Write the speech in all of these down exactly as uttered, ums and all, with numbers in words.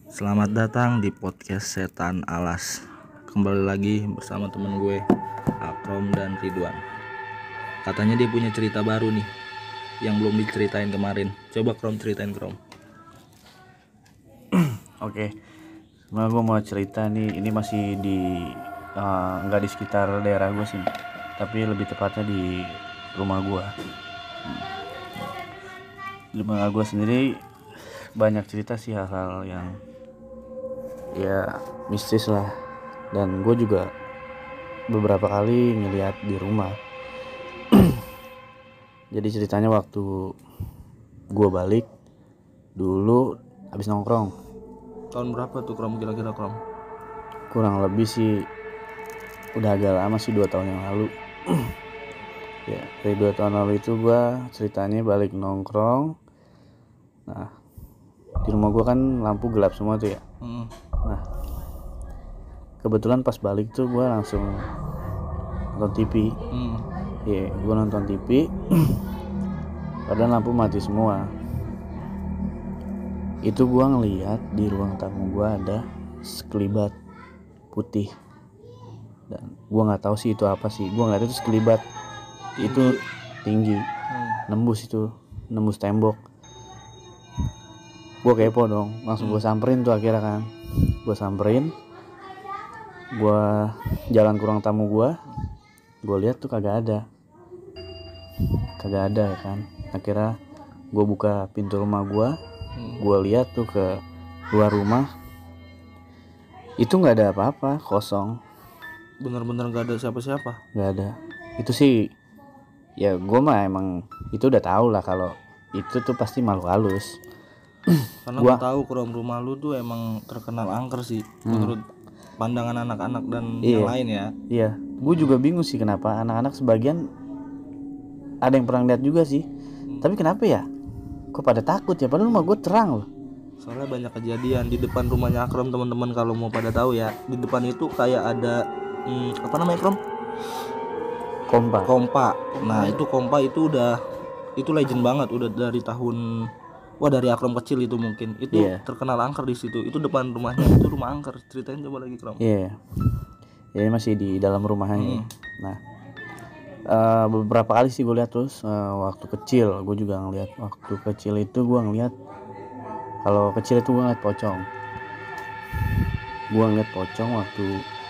Selamat datang di podcast Setan Alas. Kembali lagi bersama temen gue Akrom dan Ridwan. Katanya dia punya cerita baru nih yang belum diceritain kemarin. Coba Krom ceritain Krom. Oke, sebenarnya gue mau cerita nih. Ini masih di uh, nggak di sekitar daerah gue sih, tapi lebih tepatnya di rumah gue. Di rumah gue sendiri banyak cerita sih, hal-hal yang ya mistis lah. Dan gue juga beberapa kali ngeliat di rumah. Jadi ceritanya waktu gue balik dulu habis nongkrong, Tahun berapa tuh Krom kira-kira Krom? kurang lebih sih udah agak lama sih, dua tahun yang lalu. Ya, dari dua tahun lalu itu gue ceritanya balik nongkrong. Nah, di rumah gue kan lampu gelap semua tuh ya. Hmm. Nah, kebetulan pas balik tuh gue langsung nonton T V. Hmm. Iya, gue nonton T V. Padahal lampu mati semua. Itu gue ngeliat di ruang tamu gue ada sekelibat putih. Dan gue nggak tahu sih itu apa sih. Gue ngeliat itu sekelibat. Itu tinggi, Hmm. nembus itu, nembus tembok. Gue kepo dong, langsung gue samperin tuh akhirnya kan. Gue samperin, gue jalan ke ruang tamu gue, gue lihat tuh kagak ada, kagak ada ya kan. Akhirnya gue buka pintu rumah gue, Hmm. gue lihat tuh ke luar rumah, itu nggak ada apa-apa, kosong, Bener-bener gak ada siapa-siapa. nggak ada. Itu sih, ya gue mah emang itu udah tahu lah kalau itu tuh pasti makhluk halus. Karena Gua- gue tahu Krom rumah lu tuh emang terkenal angker sih menurut pandangan anak-anak dan Iya. yang lain ya. Iya, gue juga bingung sih kenapa anak-anak sebagian ada yang pernah lihat juga sih. Tapi kenapa ya? Kok pada takut ya? Padahal rumah gue terang loh. Soalnya banyak kejadian di depan rumahnya Akrom, teman-teman kalau mau pada tahu ya. Di depan itu kayak ada hmm, apa namanya Krom? Kompak. Kompa. Nah, itu Kompa itu udah itu legend banget, udah dari tahun wah dari Akrom kecil itu mungkin. Itu Iya. terkenal angker di situ. Itu depan rumahnya itu rumah angker. Ceritain coba lagi Krom. Iya. Ya masih di dalam rumahnya. Hmm. Nah, eh, beberapa kali sih gue lihat terus eh, waktu kecil. Gue juga ngeliat waktu kecil itu gue ngeliat kalau kecil itu gue ngeliat pocong. Gue ngeliat pocong waktu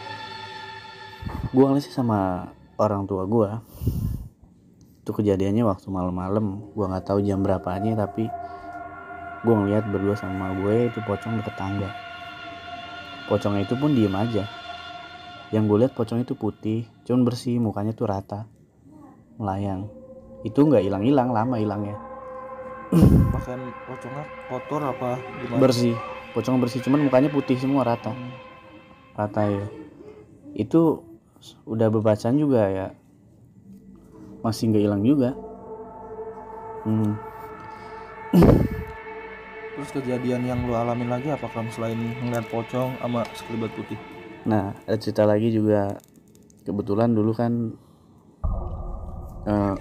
gue ngeliat sih sama orang tua gue. Itu kejadiannya waktu malam-malam. Gue nggak tahu jam berapanya, tapi gue ngeliat berdua sama gue itu pocong deket tangga. Pocongnya itu pun diem aja. Yang gue lihat pocong itu putih, cuman bersih, mukanya tuh rata, melayang. Itu nggak hilang-hilang, lama hilangnya. Pakaian pocongnya kotor apa gimana? Bersih, pocong bersih, cuman mukanya putih semua, rata, Hmm. rata ya. Itu udah bebacaan juga ya, masih nggak hilang juga. Hmm. Terus kejadian yang lu alamin lagi apa Krom selain ngeliat pocong sama sekelibat putih? Nah, ada cerita lagi juga. Kebetulan dulu kan eh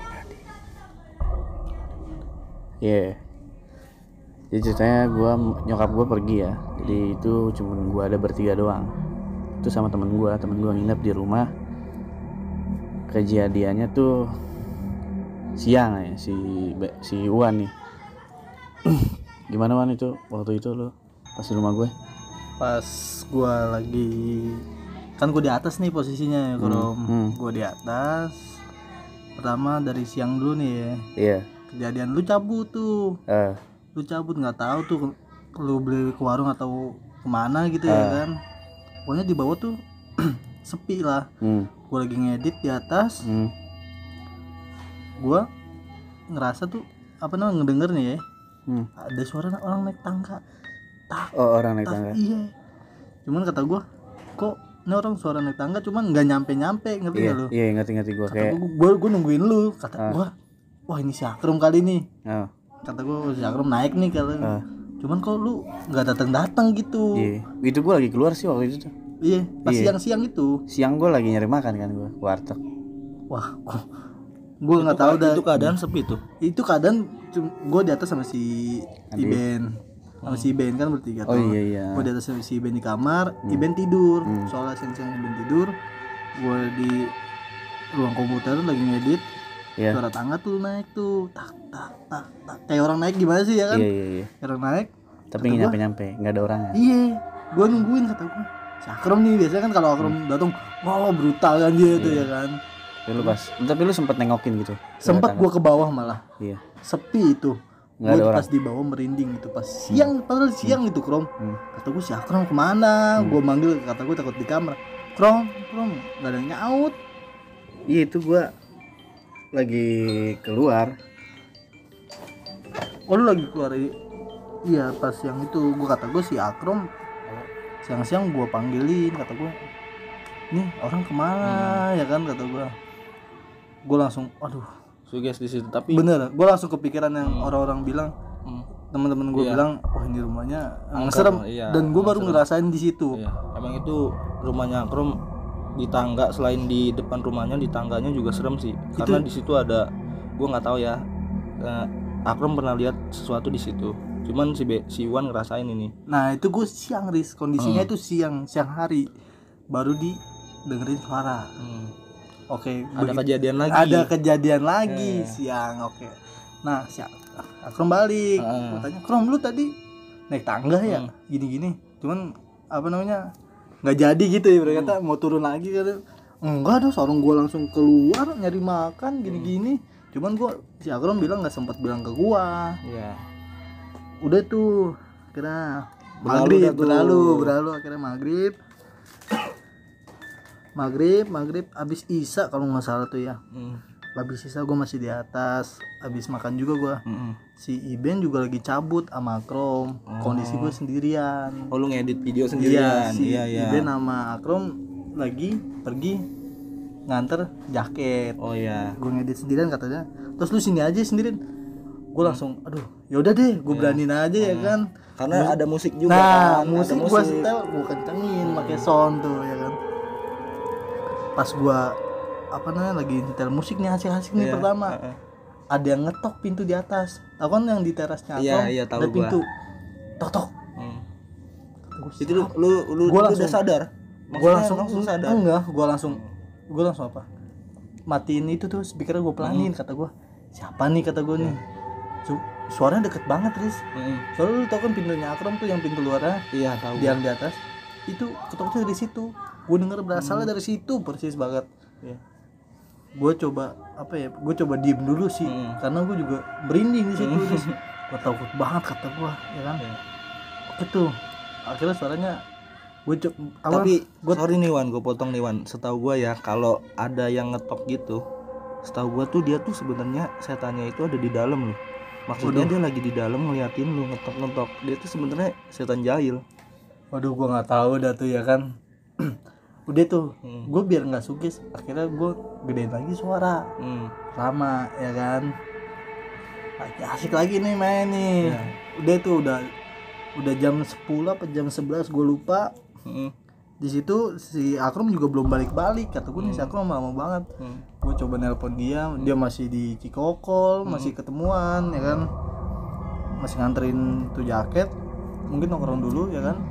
ya yeah. Jadi ceritanya gue, nyokap gue pergi ya. Jadi itu cuma gue ada bertiga doang. Itu sama temen gue, temen gue nginep di rumah. Kejadiannya tuh siang ya, si si Uwan nih. Gimana Wan itu waktu itu lo pas di rumah gue? Pas gua lagi kan gua di atas nih posisinya ya Krom. hmm. Gua di atas. Pertama dari siang dulu nih ya. Iya. Kejadian lu cabut tuh. Eh, Lu cabut nggak tahu tuh lu beli ke warung atau kemana gitu ya kan. Pokoknya di bawah tuh sepi lah. hmm. Gua lagi ngedit di atas. Hmm. Gua ngerasa tuh apa namanya ngedenger nih ya. Hmm. Ada suara orang naik tangga. Tak, Oh, orang naik tak, tangga. iya. Cuman kata gua, kok ini orang suara naik tangga cuman nggak nyampe-nyampe, ngerti Iya, nggak lu? iya ngerti-ngerti gue Kata kayak. gua, gua, gua nungguin lu. Kata Ah. gua, wah ini si Akrom kali nih. Oh, Kata gua si Akrom naik nih kali. Ah. Cuman kok lu nggak datang-datang gitu. iya. Itu gue lagi keluar sih waktu itu tuh. Iya, pas Iya. siang-siang itu. Siang gue lagi nyari makan kan gue, warteg. Wah, gua, gua nggak tahu dah. Itu keadaan sepi tuh. Itu keadaan cum- gua di atas sama si Andi. Iben. sama si Ben kan bertiga tuh. Oh iya iya. Gue di atas si Ben di kamar, Iben tidur. Soalnya siang-siang Iben tidur, gue di ruang komputer lagi ngedit. Iya. Suara tangga tuh naik tuh, tak tak tak tak. Kayak orang naik gimana sih ya kan? Iya iya iya. Kayak orang naik. Tapi nggak nyampe-nyampe, nggak ada orangnya. Iya, gue nungguin kata gue. Si Akrom nih biasanya kan kalau Akrom datang, wah brutal kan dia tuh ya kan. Tapi lu pas, tapi lu sempet nengokin gitu. Sempet gue ke bawah malah. Iya. Sepi itu. Nggak ada Gue orang. pas di bawah merinding itu pas siang, padahal siang itu Krom. Hmm. Kata gue si Akrom kemana? Gue manggil, kata gue takut di kamar. Krom, Krom, nggak ada yang nyaut. Iya itu gua lagi keluar. Oh lu lagi keluar i- iya pas yang itu gue kata gue si Akrom siang-siang gue panggilin, kata gue nih orang kemana ya kan, kata gue. Gue langsung aduh Suges di situ tapi bener, gue langsung kepikiran yang orang-orang bilang, hmm, teman-teman gue Iya. bilang wah ini rumahnya Angker, serem. iya, Dan gue baru serem. ngerasain di situ. iya, emang itu rumahnya Akrom di tangga, selain di depan rumahnya di tangganya juga serem sih. Karena di situ ada, gue nggak tahu ya. eh, Akrom pernah lihat sesuatu di situ. Cuman si Be, si Iwan ngerasain ini. Nah itu gue siang Riz, kondisinya Hmm. itu siang siang hari baru di dengerin suara. Hmm. Oke, Ada begitu- kejadian lagi. ada kejadian lagi Eh. siang. Oke, nah si Akrom balik. Ah. Gue tanya, Krom lu tadi naik tangga ya Hmm. gini-gini, cuman apa namanya nggak jadi gitu ya, mereka kata mau turun lagi kata. Enggak dong, seorang gue langsung keluar nyari makan gini-gini. Cuman gue si Akrom bilang nggak sempat bilang ke gua. Iya. Udah tuh kira Berlalu maghrib dah tuh. berlalu berlalu akhirnya maghrib maghrib maghrib abis isya kalau nggak salah tuh ya. Hmm. Habis sisa gue masih di atas, habis makan juga gue. Hmm. Si Iben juga lagi cabut sama Akrom. Kondisi gue sendirian. Oh lu ngedit video Iya, sendirian. si Iya iya. Iben sama Akrom lagi pergi nganter jaket. Oh iya. Gue ngedit sendirian katanya. Terus lu sini aja sendirian. Gue langsung, aduh, yaudah deh, gue beraniin aja ya kan. Karena ada musik juga Nah, kan. musik Ada gue setel, gue kencengin pakai sound tuh ya kan. Pas gue apa namanya lagi nyetel musik nih asik-asik nih Iya, pertama. heeh. Ada yang ngetok pintu di atas. Tahu kan yang di terasnya Iya, Akrom, iya, tahu ada gua. pintu. Tok tok. Hmm. Gua, Itu lu lu lu, Gua lu langsung- udah sadar? gue Maksudnya langsung, langsung sadar. enggak, gue langsung gue langsung apa? Matiin itu tuh speaker gue pelanin, kata gue. Siapa nih kata gue nih? Su- suaranya deket banget, Riz. Hmm. Soalnya lu tau kan pintunya Akrom tuh yang pintu luarnya Iya, tahu. yang di atas. Itu ketok-ketok dari situ. Gue denger berasalnya dari situ persis banget. Iya. Gue coba apa ya? Gue coba diem dulu sih, Hmm. karena gue juga merinding di situ. Gue takut banget kata gue, ya kan? Iya. Oke tuh. Akhirnya suaranya gue coba. Tapi gue sorry nih Wan, gue potong nih Wan. Setahu gue ya, kalau ada yang ngetok gitu, setahu gue tuh dia tuh sebenarnya setannya itu ada di dalam loh. Maksudnya Waduh. dia lagi di dalam ngeliatin lu ngetok-ngetok. Dia tuh sebenarnya setan jahil. Waduh, gue nggak tahu dah tuh ya kan. Udah tuh, Hmm. gue biar nggak sugis, akhirnya gue gedein lagi suara, Hmm. lama ya kan. Lagi asik lagi nih main nih. Ya. Udah tuh udah udah jam sepuluh apa jam sebelas gue lupa. Hmm. Di situ si Akrom juga belum balik-balik, kata gue nih si Akrom lama banget. Hmm. Gue coba nelpon dia, dia masih di Cikokol, masih ketemuan ya kan. Masih nganterin tuh jaket. Mungkin nongkrong dulu ya kan.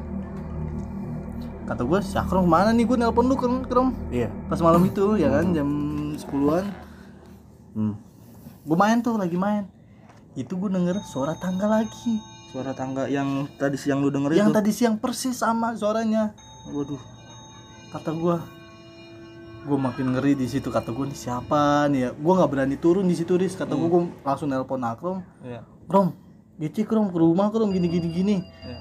Kata gue si Akrom kemana nih, gue nelpon lu kan Krom Iya. pas malam itu ya kan jam sepuluhan. Hmm. Gue main tuh lagi main, itu gue denger suara tangga lagi Suara tangga yang tadi siang lu denger yang itu. tadi siang persis sama suaranya. Waduh. Kata gue gue makin ngeri di situ. Kata gue nih siapa nih ya, gue nggak berani turun di situ Riz. Kata gue gue langsung nelpon Akrom, Iya. Krom Gece Krom ke rumah Krom gini gini gini. Iya.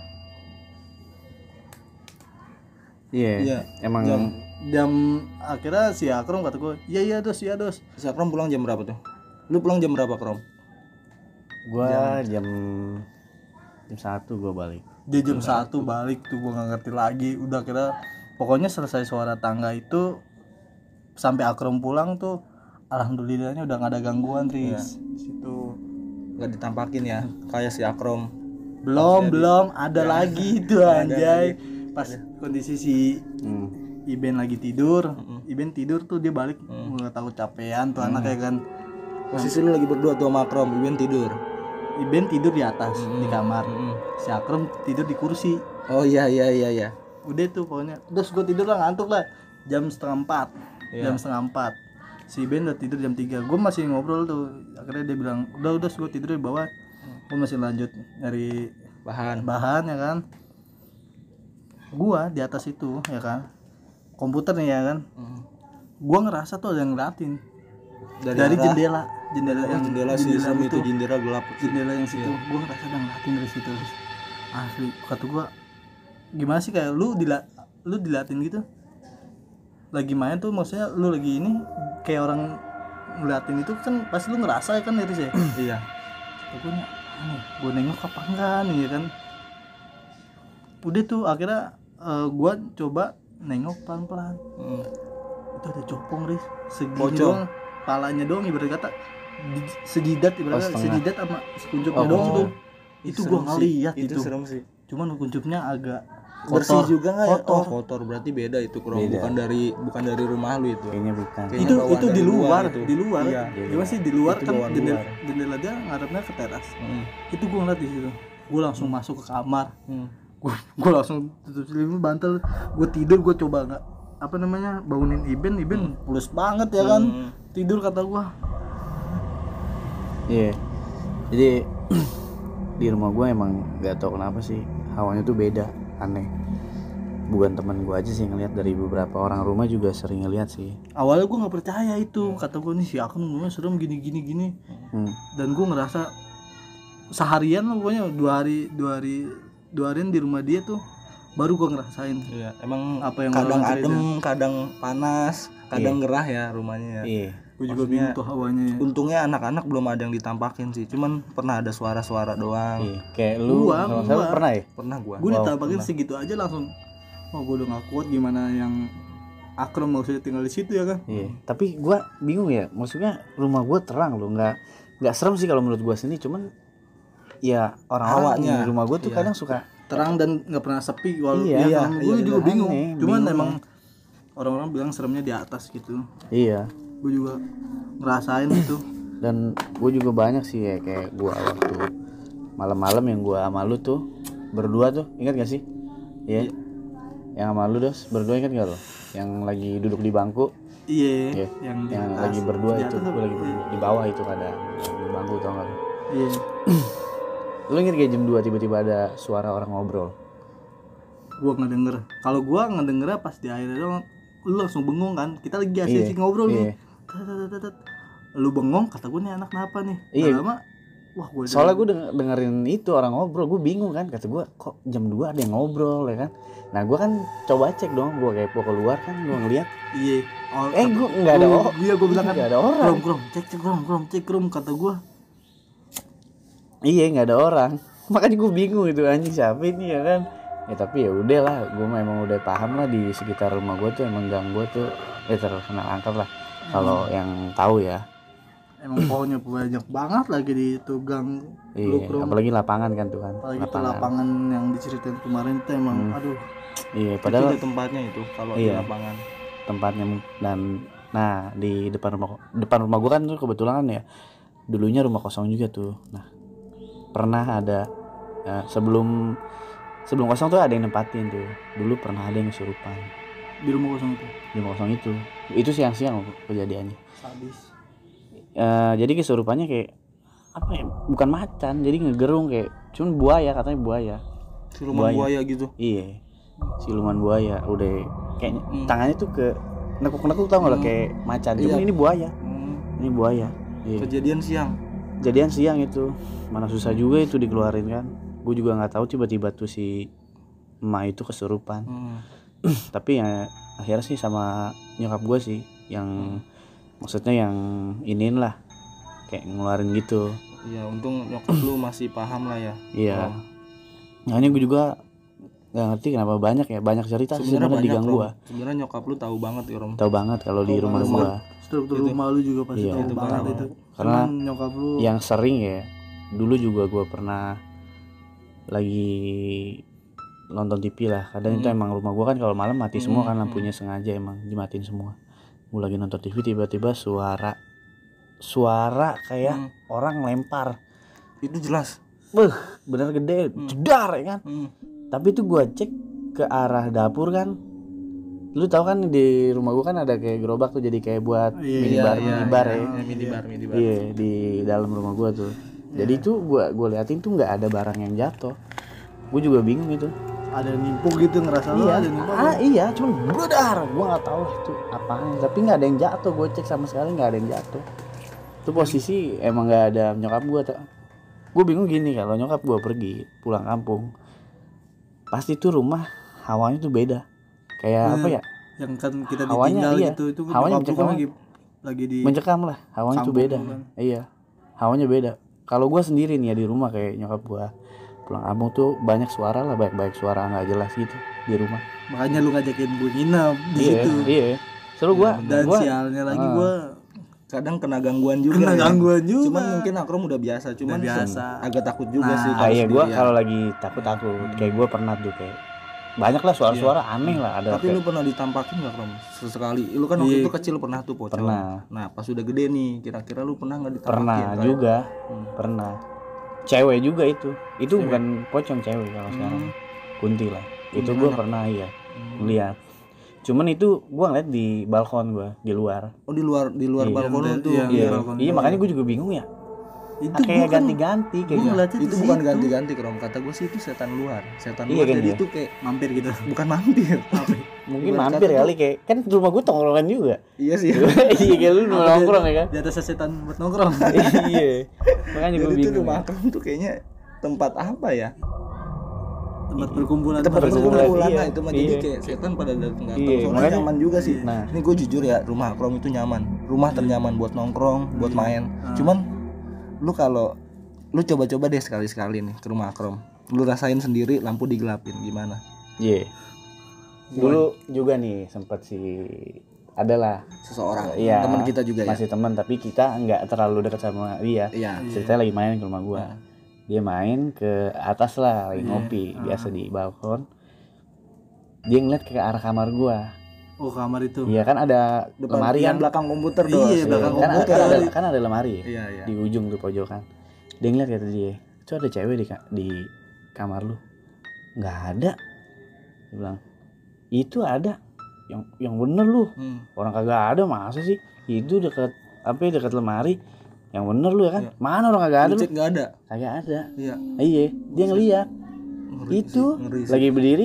Iya. Iya. Emang Jam Jam akhirnya si Akrom kata gue iya iya dos iya dos. si Akrom pulang jam berapa tuh? Lu pulang jam berapa, Krom? gua jam jam satu gua balik. Dia jam satu balik tuh, gue nggak ngerti lagi. Udah kira pokoknya selesai suara tangga itu sampai Akrom pulang tuh alhamdulillahnya udah nggak ada gangguan Riz. Di situ Gak ditampakin ya, kayak si Akrom. belum belum ada lagi tuh Ada anjay. Pas kondisi si Hmm. Iben lagi tidur, Iben tidur tuh dia balik nggak tahu capean tuh anaknya kan. Posisi lu lagi berdua tuh sama Akrom, Iben tidur. Iben tidur di atas di kamar. Mm-mm. si Akrom tidur di kursi. Oh iya iya iya iya. Udah tuh pokoknya terus gue tidur lah, ngantuk lah jam setengah empat. Iya. Jam setengah empat si Ben udah tidur jam tiga. Gue masih ngobrol tuh, akhirnya dia bilang udah udah gue tidur di bawah. Gue masih lanjut nyari Bahan. bahan ya kan. Gua di atas itu ya kan, komputer nih ya kan. Hmm. Gua ngerasa tuh ada yang ngeliatin Dari, dari arah- jendela jendela Oh, yang jendela si Sam itu jendela gelap. jendela yang situ. Gua ngerasa ada yang ngeliatin dari situ. Asli kata gua, gimana sih kayak lu dila lu dilatin gitu lagi main tuh, maksudnya lu lagi ini kayak orang ngeliatin itu kan pasti lu ngerasa ya kan dari sih. Iya. Gue gue nengok apa enggak nih ya kan. Udah tuh akhirnya uh, gue coba nengok pelan-pelan. Hmm. Itu ada copong Riz, segini Pocong. doang, palanya doang ibarat kata di- sejidat ibarat Oh, kata setengah. sejidat sama sekunjupnya Oh. doang tuh. Itu Serem gue sih. ngeliat Itu itu. serem sih. Cuman kunjupnya agak Bersih kotor. juga nggak ya? Kotor. Oh, kotor berarti beda itu Krom. Beda. Bukan dari bukan dari rumah lu itu. Kayaknya bukan. Kayaknya itu bawaan itu dari di luar, luar itu. di luar. Iya. Gimana sih di luar Itu kan bawaan jendela, luar. jendela dia ngadepnya ke teras. Hmm. Itu gue ngeliat di situ. Gue langsung masuk ke kamar. Hmm. gue gue langsung tutup selimut, bantal, gue tidur. Gue coba nggak apa namanya bangunin Iben. Iben pules banget ya kan. Hmm. Tidur kata gue. Iya. Jadi di rumah gue emang nggak tahu kenapa sih hawanya tuh beda, aneh. Bukan teman gue aja sih ngelihat, dari beberapa orang rumah juga sering ngelihat sih. Awalnya gue nggak percaya itu, kata gue nih si Akun ngomongnya serem gini gini gini. Hmm. Dan gue ngerasa seharian lah pokoknya, dua hari dua hari dua harian di rumah dia tuh baru gue ngerasain. Iya, emang Apa yang kadang orang adem, kadang panas, kadang Iya. gerah ya rumahnya ya. Iya. Gue juga Maksudnya, bingung tuh hawanya ya. Untungnya anak-anak belum ada yang ditampakin sih. Cuman pernah ada suara-suara doang. Iya. Kayak lu Gua, kalau gua. salah pernah ya? Pernah gua. Gue Wow, ditampakin pernah. segitu aja langsung, oh gue udah gak kuat, gimana yang Akrom mau usah tinggal di situ ya kan. Iya. Tapi gua bingung ya. Maksudnya rumah gua terang loh, nggak nggak serem sih kalau menurut gua sendiri. Cuman ya orang-orang Hawanya. di rumah gua tuh Iya. kadang suka. Terang dan nggak pernah sepi. Walau Iya, ya, iya, gue iya, juga bener. bingung. Aneh, Cuman bingung. emang orang-orang bilang seremnya di atas gitu. Iya. Gue juga ngerasain itu. Dan gue juga banyak sih ya, kayak gue waktu malam-malam yang gue sama lu tuh berdua tuh, ingat gak sih? Iya. Yang sama lu dos berdua, ingat gak lo? Yang lagi duduk di bangku, Iya, Iya. yang di yang atas. lagi berdua Di itu, atas gue apa? lagi berdua di bawah itu kadang di bangku, tau gak lu? Iya. Lu inget kayak jam dua tiba-tiba ada suara orang ngobrol? Gue ngedenger. Kalau gue ngedengernya pas di akhirnya doang, lu langsung bengong kan. Kita lagi asik-asik Iya, ngobrol iya. nih. Tet, tet, tet, tet. Lu bengong, kata gue nih anak kenapa nih? Iya. Nggak lama, wah gue Soalnya gue denger, dengerin itu orang ngobrol, gue bingung kan, kata gue kok jam dua ada yang ngobrol ya kan. Nah gue kan coba cek dong, gue kepo keluar kan, gue ngeliat iya. Oh, eh gue nggak ada oh, orang, iya gue bilang kan, nggak ada orang. Krom, krom, cek cek krom, krom, cek krom, kata gue. Iya nggak ada orang, makanya gue bingung itu anjing siapa ini ya kan. Ya tapi ya udah lah, gue memang udah paham lah di sekitar rumah gue tuh emang gang gue tuh ya terkenal angker lah. Kalau yang tahu ya, Emang pohonnya banyak banget lagi di itu gang lu, iya, Krom. apalagi lapangan kan tuh kan. Apalagi itu lapangan yang diceritain kemarin tuh emang Hmm. aduh. Iya, Itu padahal udah tempatnya itu kalau di Iya. lapangan. tempatnya mu- dan nah di depan rumah depan rumah gue kan tuh kebetulan kan ya dulunya rumah kosong juga tuh. Nah pernah ada eh, sebelum sebelum kosong tuh ada yang nempatin tuh. Dulu pernah ada yang kesurupan Di rumah kosong itu. di rumah kosong itu. Itu siang-siang loh kejadiannya. Sadis. Eh, jadi kesurupannya kayak apa ya? Bukan macan, jadi ngegerung kayak cuman buaya, katanya buaya. Siluman Buaya. buaya gitu. Iya, siluman buaya. Udah kayak Hmm. tangannya tuh ke nekuk-nekuk, tau nggak lo, kayak macan. Cuman Iya. ini buaya. Hmm. Ini buaya. Iya. Kejadian siang. Jadian siang itu, mana susah juga itu dikeluarin kan. Gue juga nggak tahu tiba-tiba tuh si emak itu kesurupan. Hmm. Tapi ya akhirnya sih sama nyokap gue sih yang maksudnya yang iniin lah, kayak ngeluarin gitu. Iya, untung nyokap lu masih paham lah ya. Iya. Oh. Nah ini gue juga nggak ngerti kenapa banyak ya banyak cerita sih Sebenarnya sebenarnya di banyak gang Rom. gua. Sebenarnya nyokap lu tahu banget ya Rom. Tahu banget kalau di Tahu rumah banget. gua. Struktur Itu. rumah lu juga pasti Iya, tahu itu banget banget. itu. Karena Cuman nyokap lu Yang sering ya dulu juga gua pernah lagi nonton T V lah. Kadang itu Hmm. emang rumah gua kan kalau malam mati semua Hmm, kan hmm. lampunya, sengaja emang dimatiin semua. Gua lagi nonton T V tiba-tiba suara suara kayak Hmm. orang lempar. Itu jelas. beuh bener gede, jedar ya kan. Hmm. Tapi tuh gue cek ke arah dapur kan, lu tahu kan di rumah gue kan ada kayak gerobak tuh jadi kayak buat Iya, minibar iya, minibar iya, ya. iya. minibar minibar Iya di dalam rumah gue tuh. Jadi tuh gue gue liatin tuh nggak ada barang yang jatuh. Gue juga bingung itu. Ada nimpuk gitu ngerasa lo Iya, ada nimpuk. ah, iya, cuman bledar. Gue nggak tahu itu apaan. Tapi nggak ada yang jatuh. Gue cek sama sekali nggak ada yang jatuh. Itu posisi emang nggak ada nyokap gue. Gue bingung gini, kalau nyokap gue pergi pulang kampung, pasti tuh rumah hawanya tuh beda. Kayak Bener. apa ya? Yang kan kita Hawanya, ditinggal iya. gitu itu Hawanya nyokap lu kan mencekam. lagi lagi di Mencekam lah, hawanya tuh kampung beda. lu kan. Iya, hawanya beda. Kalau gue sendiri nih ya di rumah kayak nyokap gue pulang kampung tuh banyak suara lah, baik-baik suara nggak jelas gitu di rumah. Makanya lu ngajakin gue nginep di Iya, situ. iya. Seru gue. Dan gua, sialnya lagi Ah. gue kadang kena gangguan juga kena ya. gangguan juga. Cuman mungkin Akrom udah biasa, cuman Udah biasa. agak takut juga Nah, sih Ah iya, gue sendirian. kalau lagi takut takut kayak gue pernah tuh kayak banyak lah suara-suara aneh lah ada. Tapi kayak- lu pernah ditampakin gak Krom? Sesekali. Lu kan waktu Iya. itu kecil pernah tuh pocong. Pernah. Nah pas udah gede nih, kira-kira lu pernah gak ditampakin? pernah Kayak- juga, Hmm. pernah. Cewek juga itu, itu Cewek. bukan pocong cewek kalau sekarang, Hmm. kunti lah. Itu gue Kuntilanak. pernah iya Hmm. lihat. Cuman itu gue ngeliat di balkon gue di luar. Oh di luar di luar Iya. balkon lu tuh. Iya, Iya, balkon iya gua. makanya gue juga bingung ya. Itu Ah, kayak gua kan ganti-ganti kayak gue gitu. ngeliatnya Itu di bukan situ. ganti-ganti Krom. Kata gue sih itu setan luar. Setan Iya, luar kan, jadi iya. itu kayak mampir gitu. bukan mampir. Mungkin Bukan mampir kata kali kayak kan rumah gue tongkrongan juga. Iya sih. Iya kayak lu nongkrong ya kan. Di atas setan buat nongkrong. Iya. Makanya gue Jadi itu bingung. rumah ya. Akrom tuh kayaknya tempat apa ya? Tempat perkumpulan Tempat para setan. perkumpulan Iya, lah itu mah jadi iya. kayak setan pada datang datang. Iya, Soalnya makanya- nyaman juga sih. Nah. Ini gue jujur ya, rumah Akrom itu nyaman. Rumah ternyaman buat nongkrong, buat main. Cuman lu kalau lu coba-coba deh sekali-sekali nih ke rumah Akrom. Lu rasain sendiri lampu digelapin gimana? Iya. Dulu juga nih sempat si adalah Seseorang, iya, teman kita juga ya. masih teman tapi kita nggak terlalu dekat sama dia. Iya. Ceritanya lagi main ke rumah gua. Nah. Dia main ke atas lah lagi Iya. ngopi biasa di balkon. Dia ngeliat ke arah kamar gua. Oh kamar itu. Iya kan ada Depan lemari yang kan. belakang komputer Iya, dos. belakang kan, ada, komputer. kan, ada, kan ada lemari ya, Iya, iya. di ujung tuh pojokan. Dia ngeliat kata dia, itu ada cewek di ka- di kamar lu. Nggak ada. Dia bilang, itu ada. Yang yang bener lu. Hmm. Orang kagak ada masa sih? Itu dekat apa ya, dekat lemari. Yang bener lu ya kan? Iya. Mana orang kagak ada Lu lu? cek nggak ada. Kagak ada. Iya. Iya, dia ngeliat. Ngeri Itu sih, ngeri sih. lagi berdiri.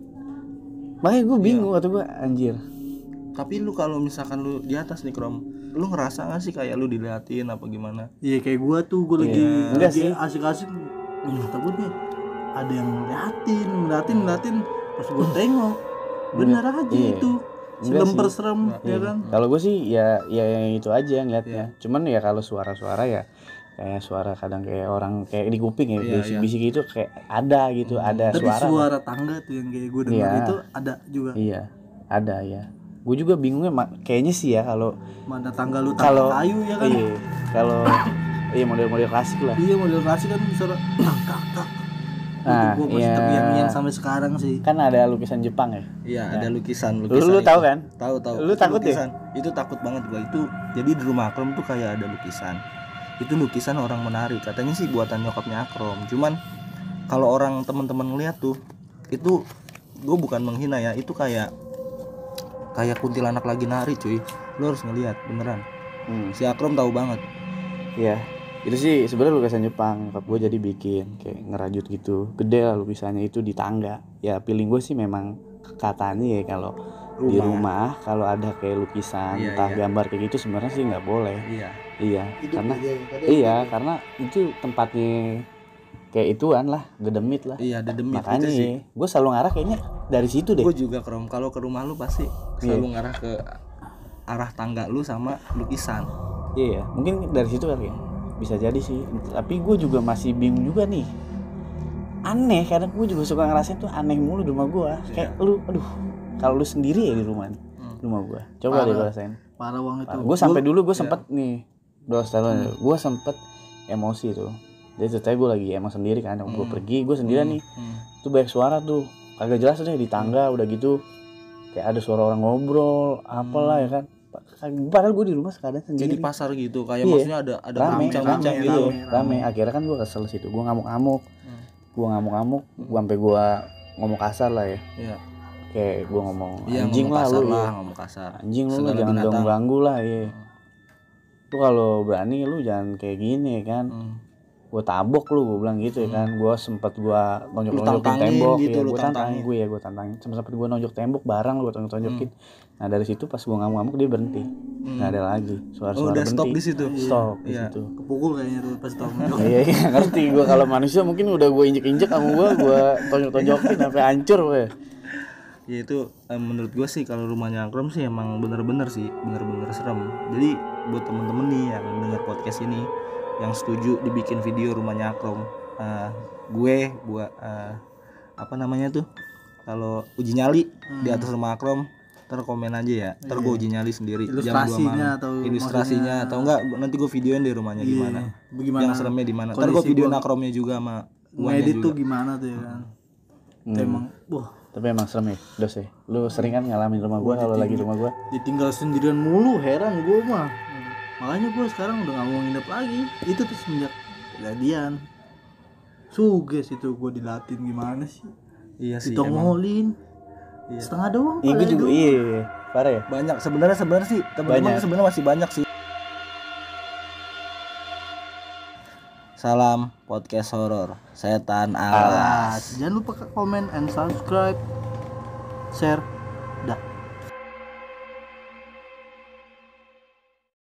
Makanya gue bingung atau gue anjir. Tapi lu kalau misalkan lu di atas nih Krom, lu ngerasa nggak sih kayak lu diliatin apa gimana? Iya kayak gua tuh gua lagi Iya. Enggak lagi sih. asik-asik. Wih, takut nih ada yang ngeliatin, ngeliatin, ngeliatin. Pas gua tengok, bener aja Iya. itu. Enggak Selemper sih. serem ya kan. Kalau gue sih ya ya yang itu aja ngeliatnya. Iya. Cuman ya kalau suara-suara ya kayak suara kadang kayak orang kayak di kuping ya Iya, bisik-bisik itu kayak ada gitu, ada Tapi suara. suara tangga tuh yang kayak gua denger Iya. itu ada juga. Iya, ada ya. Gue juga bingungnya ma- kayaknya sih ya kalau Mana tangga lu kalau tangga kayu ya kan. iya, kalau iya model-model klasik lah. Iya model klasik kan suara tak tak tak. Nah, Itu gua masih iya. terngiang-ngiang sampai sekarang sih. Kan ada lukisan Jepang ya. Iya, ada lukisan Lu, lukisan. lu itu. tahu kan? Tahu tahu. Lu Itu takut ya? lukisan. Itu takut banget gua itu. Jadi di rumah Akrom tuh kayak ada lukisan. Itu lukisan orang menari. Katanya sih buatan nyokapnya Akrom. Cuman kalau orang teman-teman ngeliat tuh, itu gue bukan menghina ya. Itu kayak kayak kuntilanak lagi nari cuy. Lu harus ngeliat beneran. Hmm. Si Akrom tahu banget. Iya. Itu sih sebenarnya lukisan Jepang. Nyokap gue jadi bikin kayak ngerajut gitu. Gede lah lukisannya itu di tangga. Ya feeling gue sih memang katanya ya kalau di rumah kalau ada kayak lukisan Iya, entah iya. gambar kayak gitu sebenarnya sih nggak boleh. Iya. Iya, Itu karena dia, katanya iya karena itu tempatnya kayak ituan lah, gedemit lah. Iya, ada demit Makanya itu sih. gue selalu ngarah kayaknya dari situ deh. Gue juga Krom. Kalau ke rumah lu pasti selalu ngarah ke arah tangga lu sama lukisan. Iya, mungkin dari situ kali ya. Bisa jadi sih. Tapi gue juga masih bingung juga nih. Aneh, kadang gue juga suka ngerasain tuh aneh mulu di rumah gue. Kayak lu, aduh, kalau lu sendiri ya di rumah nih, Hmm. rumah gue. Coba deh Parah. gue rasain. Parah wang itu. Gue sampai dulu gue Iya. sempet nih, dua setahun, gue sempet emosi tuh. Jadi ceritanya gue lagi emang sendiri kan, gue Hmm. pergi, gue sendirian nih. Hmm. Tuh banyak suara tuh, kagak jelas deh di tangga udah gitu. Kayak ada suara orang ngobrol, apalah ya kan. padahal gue di rumah sekadang Kayak di sendiri. pasar gitu, kayak Iya. maksudnya ada ada Rame, bincang-bincang rame, gitu. iya, rame. Akhirnya kan gue kesel situ, gue ngamuk-ngamuk, Hmm. gue ngamuk-ngamuk, gue sampai gue ngomong kasar lah ya, Iya. kayak gue ngomong Iya, anjing ngomong lah kasar lu, lah, ya. ngomong kasar. Anjing lu, Segala jangan binatang. ganggu-ganggu lah, ya. Lu kalau berani lu jangan kayak gini ya kan. Hmm. Gue tabok lu, gue bilang gitu ya kan. Gue sempet gue nonjok-nonjokin tantangin tembok gitu, ya, lu gue tantangin tantangin. gue ya, gue tantangin. Sempet sempet gue nonjok tembok barang, gue tonjok-tonjokin. Nah dari situ pas gue ngamuk-ngamuk dia berhenti, nggak ada lagi Oh, suara-suara udah berhenti. stop di situ. Stop di Iya. situ. Kepukul kayaknya tuh pas tau. Iya, iya ngerti gue kalau manusia mungkin udah gue injek-injek sama gue, gue tonjok-tonjokin sampai hancur gue. Ya itu eh, menurut gue sih kalau rumahnya Akrom sih emang bener-bener sih, bener-bener serem. Jadi buat temen-temen nih yang dengar podcast ini, yang setuju dibikin video rumahnya Akrom, eh, gue buat eh, apa namanya tuh, kalau uji nyali di atas rumah Akrom, ntar komen aja ya, ntar gue uji nyali sendiri jam dua Ilustrasinya malam, atau ilustrasinya atau enggak nanti gue videoin di rumahnya Iya, gimana, bagaimana yang seremnya di mana, ntar gue kondisi videoin gua Akromnya juga sama guanya ngedit juga. tuh gimana tuh ya kan. Itu emang wah, Tapi emang serem ya, dos ya. Lu sering kan ngalamin rumah gue kalau lagi rumah gue. ditinggal sendirian mulu, heran gue mah. Makanya gue sekarang udah gak mau nginep lagi. Itu tuh semenjak kejadian suges itu gue dilatin gimana sih, Iya sih, emang ditongolin setengah doang. Iya gue padahal juga doang. iya, iya. Parah ya. banyak sebenarnya sebenarnya sih teman-teman Banyak. sebenarnya masih banyak sih. Salam podcast horor setan alas. Jangan lupa komen and subscribe, share, dah.